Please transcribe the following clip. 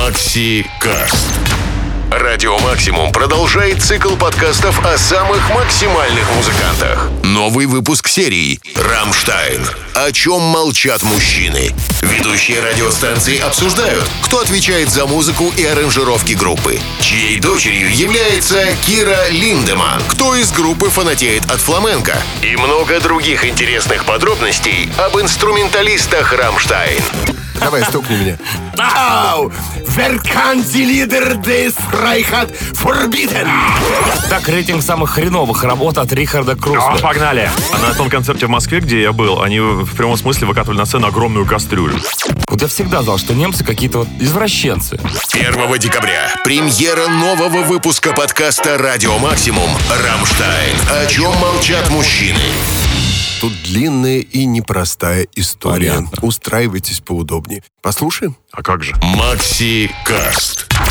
Макси Каст. Радио Максимум продолжает цикл подкастов о самых максимальных музыкантах. Новый выпуск серии «Рамштайн. О чем молчат мужчины». Ведущие радиостанции обсуждают, кто отвечает за музыку и аранжировки группы, чьей дочерью является Кира Линдеман, кто из группы фанатеет от фламенко и много других интересных подробностей об инструменталистах «Рамштайн». Давай, стукни меня. Ау! Wer kann die Lieder des Freiheit verbieten? Так, рейтинг самых хреновых работ от Рихарда Круста. Погнали! А на том концерте в Москве, где я был, они в прямом смысле выкатывали на сцену огромную кастрюлю. Вот я всегда знал, что немцы какие-то вот извращенцы. 1 декабря премьера нового выпуска подкаста «Радио Максимум» «Рамштайн. О чем молчат мужчины». Тут длинная и непростая история. Понятно. Устраивайтесь поудобнее. Послушаем? А как же? Макси Каст.